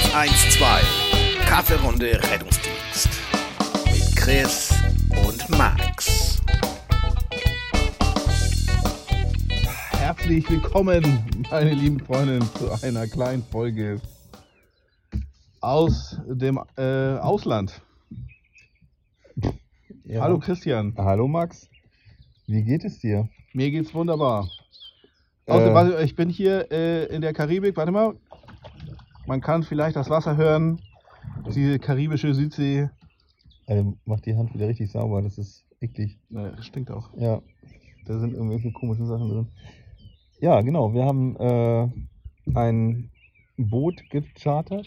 112 Kaffeerunde Rettungsdienst mit Chris und Max. Herzlich willkommen, meine lieben Freunde, zu einer kleinen Folge aus dem Ausland. Ja. Hallo Christian. Hallo Max. Wie geht es dir? Mir geht's wunderbar. Warte, ich bin hier in der Karibik. Warte mal. Man kann vielleicht das Wasser hören. Diese karibische Südsee. Mach die Hand wieder richtig sauber, das ist eklig. Das stinkt auch. Ja, da sind irgendwelche komischen Sachen drin. Ja, genau, wir haben ein Boot gechartert.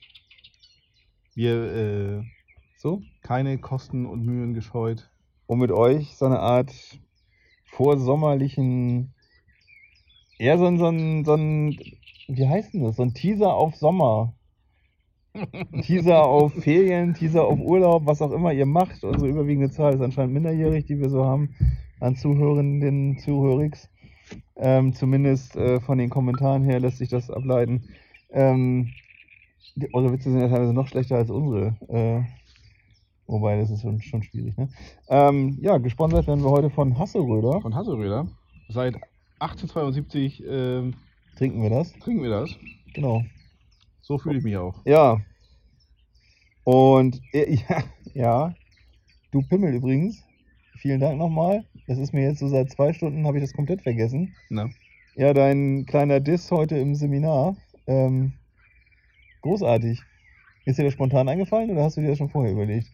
Wir keine Kosten und Mühen gescheut. Um mit euch so eine Art vorsommerlichen, eher so ein, wie heißt denn das? So ein Teaser auf Sommer. Teaser auf Ferien, Teaser auf Urlaub, was auch immer ihr macht. Unsere überwiegende Zahl ist anscheinend minderjährig, die wir so haben an Zuhörenden, Zuhörigs. Zumindest von den Kommentaren her lässt sich das ableiten. Eure Witze sind ja teilweise noch schlechter als unsere. Wobei, das ist schon schwierig, ne? Ja, gesponsert werden wir heute von Hasseröder. Von Hasseröder. Seit 1872 Trinken wir das? trinken wir das. Genau. So fühle ich mich auch. Ja. Und ja, du Pimmel übrigens. Vielen Dank nochmal. Das ist mir jetzt so seit 2 Stunden, habe ich das komplett vergessen. Na? Ja, dein kleiner Diss heute im Seminar. Großartig. Ist dir das spontan eingefallen oder hast du dir das schon vorher überlegt?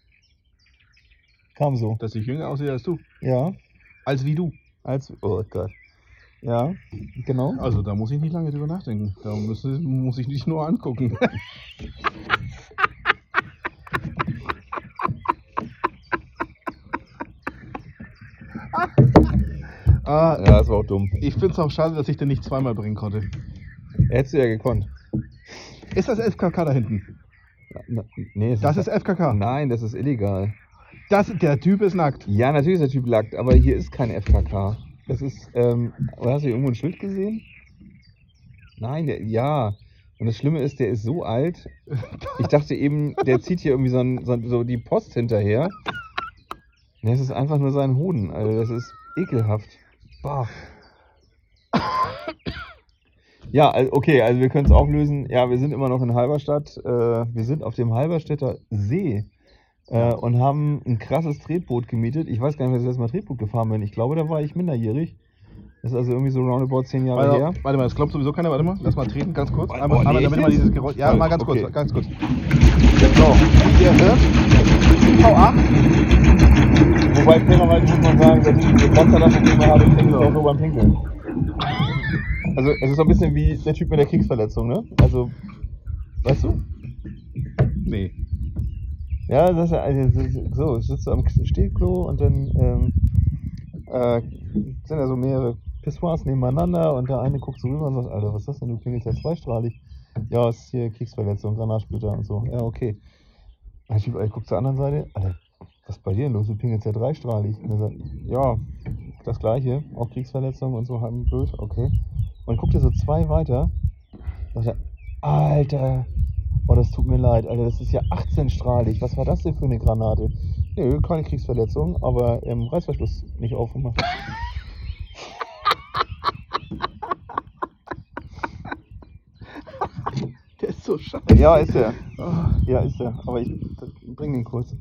Kam so. Dass ich jünger aussehe als du. Ja. Als wie du. Oh Gott. Ja, genau. Also da muss ich nicht lange drüber nachdenken. Da muss ich nicht nur angucken. Ja, das war auch dumm. Ich finde es auch schade, dass ich den nicht zweimal bringen konnte. Hättest du ja gekonnt. Ist das FKK da hinten? Nee, Das ist FKK. Nein, das ist illegal. Der Typ ist nackt. Ja, natürlich ist der Typ nackt, aber hier ist kein FKK. Das ist, oder hast du irgendwo ein Schild gesehen? Nein, ja. Und das Schlimme ist, der ist so alt. Ich dachte eben, der zieht hier irgendwie so die Post hinterher. Nee, es ist einfach nur sein Hoden. Also das ist ekelhaft. Bah. Ja, okay, also wir können es auflösen. Ja, wir sind immer noch in Halberstadt. Wir sind auf dem Halberstädter See und haben ein krasses Tretboot gemietet. Ich weiß gar nicht, was ich das Mal Tretboot gefahren bin. Ich glaube, da war ich minderjährig. Das ist also irgendwie so roundabout 10 Jahre her. Warte mal, das glaubt sowieso keiner. Warte mal, lass mal treten, ganz kurz. Oh, Einmal, nee, damit mal dieses Geräusch. Ja, mal ganz okay. kurz, ganz kurz. So, Wie ihr hört, V8. wobei fairerweise muss man sagen, dass ich den Wasserlassen habe, ich trinke auch nur beim Pinkeln. Also es ist so ein bisschen wie der Typ mit der Kriegsverletzung, ne? Also, weißt du? Nee. Ja, das ist ja also, so, ich sitze am Stehklo und dann sind ja so mehrere Pissoirs nebeneinander und der eine guckt so rüber und sagt, Alter, was ist das denn, du pinkelst ja zweistrahlig. Ja, es ist hier Kriegsverletzung, Granatsplitter und so. Ja, okay. Der Typ guckt zur anderen Seite, Alter, was ist bei dir denn los, du pinkelst ja dreistrahlig. Und er sagt, ja, das gleiche, auch Kriegsverletzung und so, halb blöd, okay. Und guckt er so 2 weiter, sagt er, Alter, oh, das tut mir leid, Alter, das ist ja 18-strahlig, was war das denn für eine Granate? Nö, keine Kriegsverletzung, aber Reißverschluss nicht aufgemacht. Der ist so scheiße. Ja, ist er. Ja, ist er. Aber ich bring den kurz.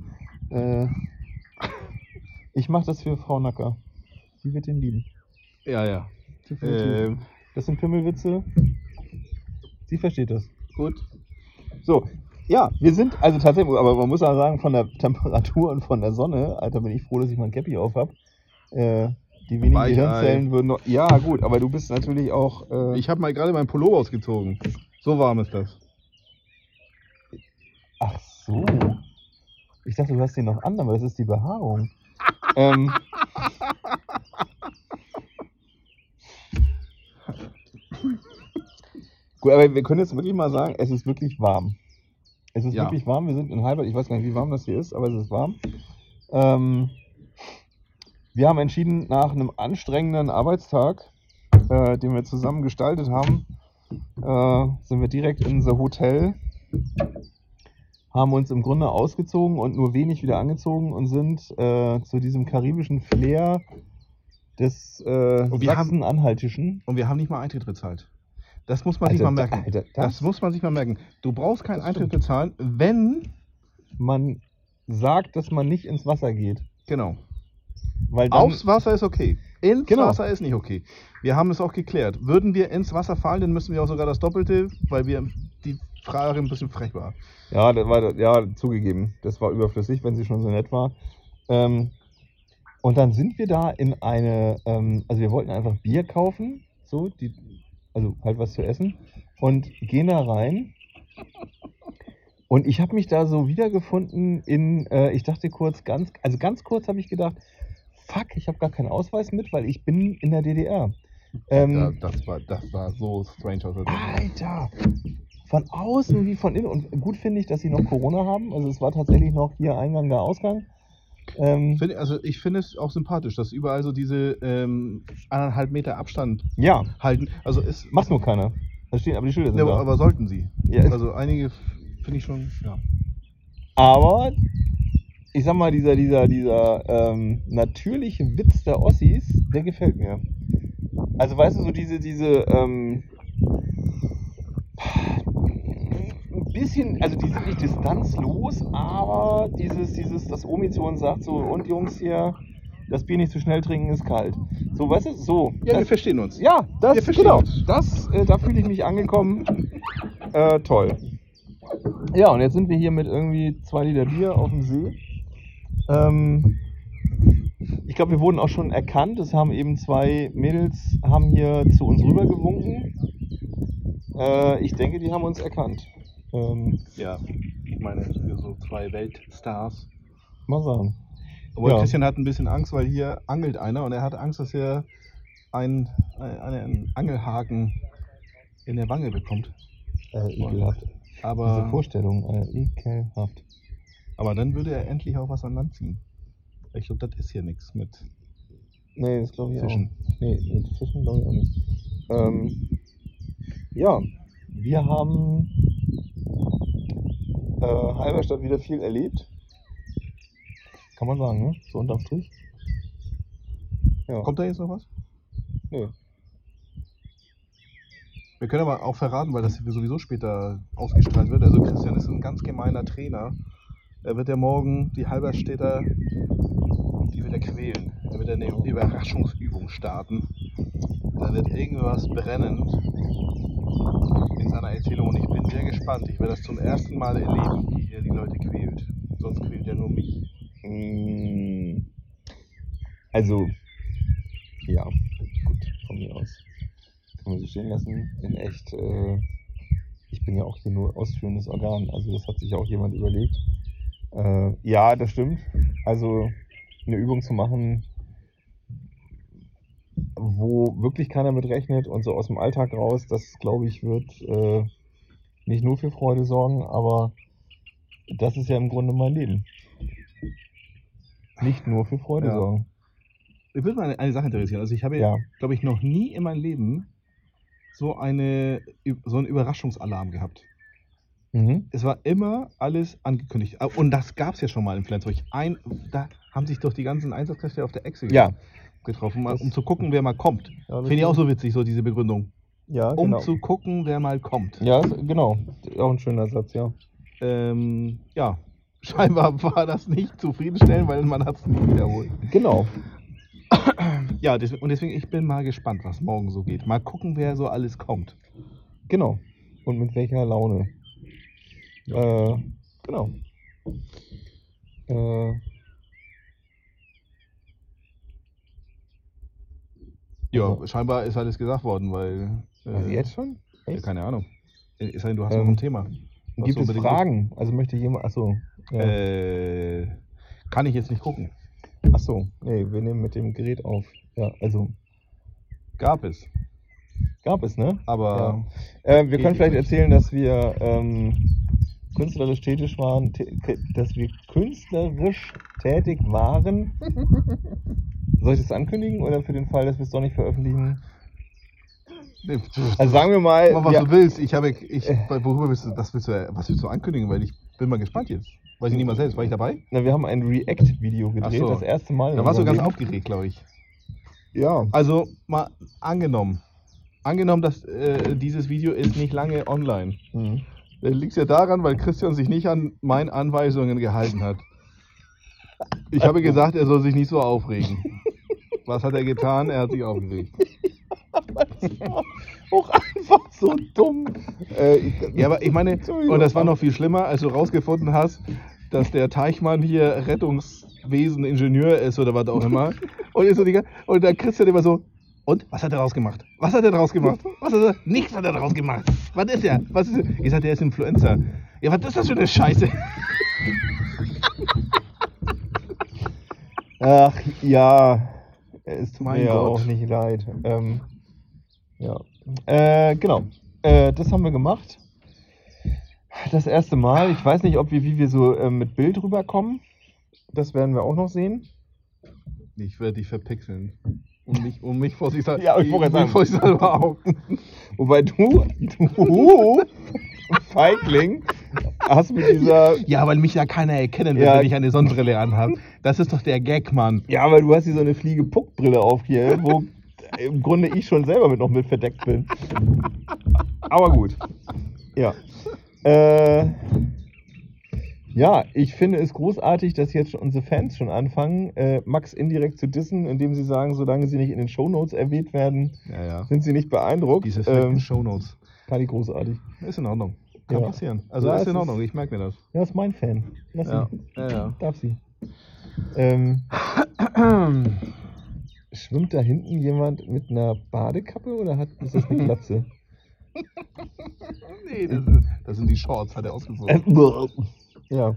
Ich mach das für Frau Nacker. Sie wird den lieben. Ja. Definitiv. Das sind Pimmelwitze. Sie versteht das. Gut. So, ja, wir sind also tatsächlich, aber man muss auch sagen, von der Temperatur und von der Sonne, Alter, bin ich froh, dass ich mein Cappy auf habe. Die wenigen Weichei. Gehirnzellen würden noch. Ja, gut, aber du bist natürlich auch. Ich habe mal gerade meinen Pullover ausgezogen. So warm ist das. Ach so. Ich dachte, du hast den noch an, aber das ist die Behaarung. Gut, aber wir können jetzt wirklich mal sagen, es ist wirklich warm. Es ist wirklich warm. Wir sind in Halbert, ich weiß gar nicht, wie warm das hier ist, aber es ist warm. Wir haben entschieden, nach einem anstrengenden Arbeitstag, den wir zusammen gestaltet haben, sind wir direkt in unser Hotel haben uns im Grunde ausgezogen und nur wenig wieder angezogen und sind zu diesem karibischen Flair des Sachsen-Anhaltischen. Und wir haben nicht mal Eintritt bezahlt. Das muss man sich mal merken. Alter, das muss man sich mal merken. Du brauchst keinen Eintritt bezahlen, wenn man sagt, dass man nicht ins Wasser geht. Genau. Weil dann, Aufs Wasser ist okay. Ins Genau. Wasser ist nicht okay. Wir haben es auch geklärt. Würden wir ins Wasser fallen, dann müssen wir auch sogar das Doppelte, weil die Frage ein bisschen frech war. Ja, zugegeben. Das war überflüssig, wenn sie schon so nett war. Und dann sind wir da in eine, also wir wollten einfach Bier kaufen, also halt was zu essen, und gehen da rein. Und ich habe mich da so wiedergefunden ich dachte ganz kurz habe ich gedacht, fuck, ich habe gar keinen Ausweis mit, weil ich bin in der DDR. Das war so strange. Alter! Von außen wie von innen. Und gut finde ich, dass sie noch Corona haben. Also es war tatsächlich noch hier Eingang, da Ausgang. Ich finde es auch sympathisch, dass überall so diese 1,5 Meter Abstand halten. Also macht nur keiner. Da stehen, aber die Schilder sind ja, da. aber sollten sie. Ja, also einige finde ich schon, ja. Aber ich sag mal, dieser natürliche Witz der Ossis, der gefällt mir. Also weißt du, so diese ein bisschen, also die sind nicht distanzlos, aber das Omi zu uns sagt so, und Jungs hier, das Bier nicht zu schnell trinken, ist kalt. So, weißt du, so. Ja, wir verstehen uns. Ja, wir verstehen uns. Da fühle ich mich angekommen. Toll. Ja, und jetzt sind wir hier mit irgendwie 2 Liter Bier auf dem See. Ich glaube, wir wurden auch schon erkannt. Es haben eben 2 Mädels hier zu uns rüber gewunken. Ich denke, die haben uns erkannt. Ja, ich meine, wir so 2 Weltstars. Mal sagen. Aber Christian hat ein bisschen Angst, weil hier angelt einer und er hat Angst, dass er einen Angelhaken in der Wange bekommt. Ekelhaft. Aber diese Vorstellung, ekelhaft. Aber dann würde er endlich auch was an Land ziehen. Ich glaube, das ist hier nichts mit Nee, das glaube ich Fischen. auch. Nee, mit Fischen glaube ich auch nicht. Ja, wir haben Halberstadt wieder viel erlebt. Kann man sagen, ne? So unterm Strich. Ja. Kommt da jetzt noch was? Nee. Wir können aber auch verraten, weil das sowieso später ausgestrahlt wird. Also Christian ist ein ganz gemeiner Trainer. Er wird ja morgen die Halberstädter, die wird er quälen. Er wird eine Überraschungsübung starten. Da wird irgendwas brennen in seiner Erzählung und ich bin sehr gespannt. Ich werde das zum ersten Mal erleben, wie er die Leute quält. Sonst quält er nur mich. Also, ja, gut, von mir aus. Kann man so stehen lassen. In echt, ich bin ja auch hier nur ausführendes Organ, also das hat sich auch jemand überlegt. Ja, das stimmt. Also eine Übung zu machen, wo wirklich keiner mit rechnet und so aus dem Alltag raus, das glaube ich wird nicht nur für Freude sorgen, aber das ist ja im Grunde mein Leben. Nicht nur für Freude sorgen. Ich würde mal eine Sache interessieren. Also ich habe, glaube ich, noch nie in meinem Leben so einen Überraschungsalarm gehabt. Mhm. Es war immer alles angekündigt. Und das gab es ja schon mal in Flensburg. Da haben sich doch die ganzen Einsatzkräfte auf der Echse getroffen, um zu gucken, wer mal kommt. Ja, finde ich auch so witzig, so diese Begründung. Ja, um zu gucken, wer mal kommt. Ja, genau. Auch ein schöner Satz, ja. Ja, scheinbar war das nicht zufriedenstellend, weil man hat es nie wiederholt. Genau. Ja, und deswegen, ich bin mal gespannt, was morgen so geht. Mal gucken, wer so alles kommt. Genau. Und mit welcher Laune. Ja. Genau. Ja, scheinbar ist alles gesagt worden, weil... jetzt schon? Ja, keine Ahnung. Es sei denn, du hast noch ein Thema. Gibt es Fragen? Also möchte jemand... Achso. Ja. Kann ich jetzt nicht gucken. Achso, nee, wir nehmen mit dem Gerät auf. Ja, also... Gab es, ne? Aber... Ja. Wir können vielleicht erzählen, dass wir künstlerisch tätig waren, Soll ich das ankündigen oder für den Fall, dass wir es doch nicht veröffentlichen? Nee, Also sagen wir mal, mach, was du willst. Was willst du ankündigen? Weil ich bin mal gespannt jetzt. Weiß ich nicht mal selbst. War ich dabei? na, wir haben ein React-Video gedreht, Ach so. das erste Mal. in Da warst du unserem ganz Leben. aufgeregt, glaube ich. Ja. Also mal angenommen, dass dieses Video ist nicht lange online. Mhm. Liegt ja daran, weil Christian sich nicht an meine Anweisungen gehalten hat. Ich habe gesagt, er soll sich nicht so aufregen. Was hat er getan? Er hat sich aufgeregt. Auch einfach so dumm. Ja, aber ich meine, Entschuldigung. und das war noch viel schlimmer, als du rausgefunden hast, dass der Teichmann hier Rettungswesen-Ingenieur ist oder was auch immer. Und dann Christian immer so, und? Was hat er daraus gemacht? Was hat er daraus gemacht? Nichts hat er daraus gemacht. Was ist er? Ich sagte, er ist Influencer. Ja, was ist das für eine Scheiße? Ach ja, es tut Mein mir ja Gott. auch nicht leid. Ja. Genau. Das haben wir gemacht. Das erste Mal. Ich weiß nicht, wie wir so mit Bild rüberkommen. Das werden wir auch noch sehen. Ich werde dich verpixeln. Und mich vor sich Ja, ich wollte gerade sagen. selber auch. Wobei du Feigling, hast mit dieser... Ja, weil mich ja keiner erkennen will, Ja. wenn ich eine Sonnenbrille anhabe. Das ist doch der Gag, Mann. Ja, weil du hast hier so eine Fliege-Puck-Brille auf hier, wo im Grunde ich schon selber noch mit verdeckt bin. Aber gut. Ja. Ja, ich finde es großartig, dass jetzt unsere Fans schon anfangen, Max indirekt zu dissen, indem sie sagen, solange sie nicht in den Shownotes erwähnt werden, Ja. sind sie nicht beeindruckt. Diese verrückten Shownotes. Fand ich großartig. Ist in Ordnung. Kann Ja. passieren. Also Ja, ist es in ist- Ordnung. Ich merke mir das. Ja, ist mein Fan. Lass Ja. ihn. Ja. Darf sie. Schwimmt da hinten jemand mit einer Badekappe oder ist das eine Glatze? Nee, das sind die Shorts, hat er ausgesucht. Ja.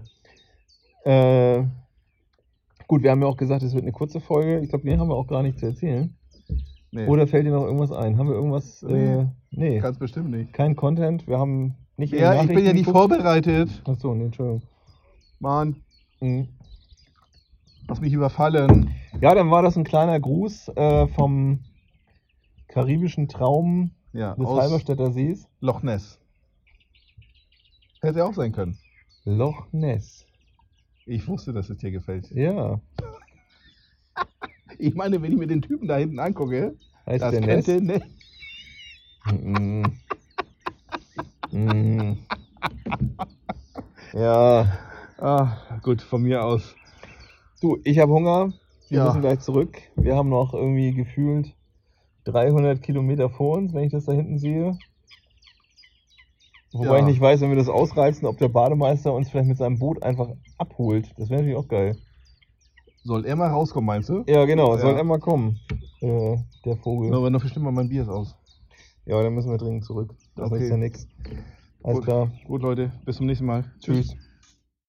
Gut, wir haben ja auch gesagt, es wird eine kurze Folge. Ich glaube, mehr haben wir auch gar nicht zu erzählen. Nee, Oder fällt dir noch irgendwas ein? Haben wir irgendwas? Nee. ganz bestimmt nicht. Kein Content. Wir haben nicht in die Ja, ich bin ja Nachrichten nicht geguckt. vorbereitet. Achso, nee, Entschuldigung. Mann, Mhm. lass mich überfallen. Ja, dann war das ein kleiner Gruß vom karibischen Traum Ja, des aus Halberstädter Sees. Loch Ness. Hätte auch sein können. Loch Ness. Ich wusste, dass es dir gefällt. Ja. Ich meine, wenn ich mir den Typen da hinten angucke, Heißt das der Ness? könnte... Ne Mhm. Mhm. Ja. Gut, von mir aus. Du, ich habe Hunger. Wir Ja. müssen gleich zurück. Wir haben noch irgendwie gefühlt 300 Kilometer vor uns, wenn ich das da hinten sehe. Wobei Ja. ich nicht weiß, wenn wir das ausreizen, ob der Bademeister uns vielleicht mit seinem Boot einfach abholt. Das wäre natürlich auch geil. Soll er mal rauskommen, meinst du? Ja, genau. Soll Ja. er mal kommen. Der Vogel. Aber noch bestimmt mal mein Bier ist aus. Ja, dann müssen wir dringend zurück. Das Okay. ist ja nix. Alles Gut. klar. Gut, Leute, bis zum nächsten Mal. Tschüss.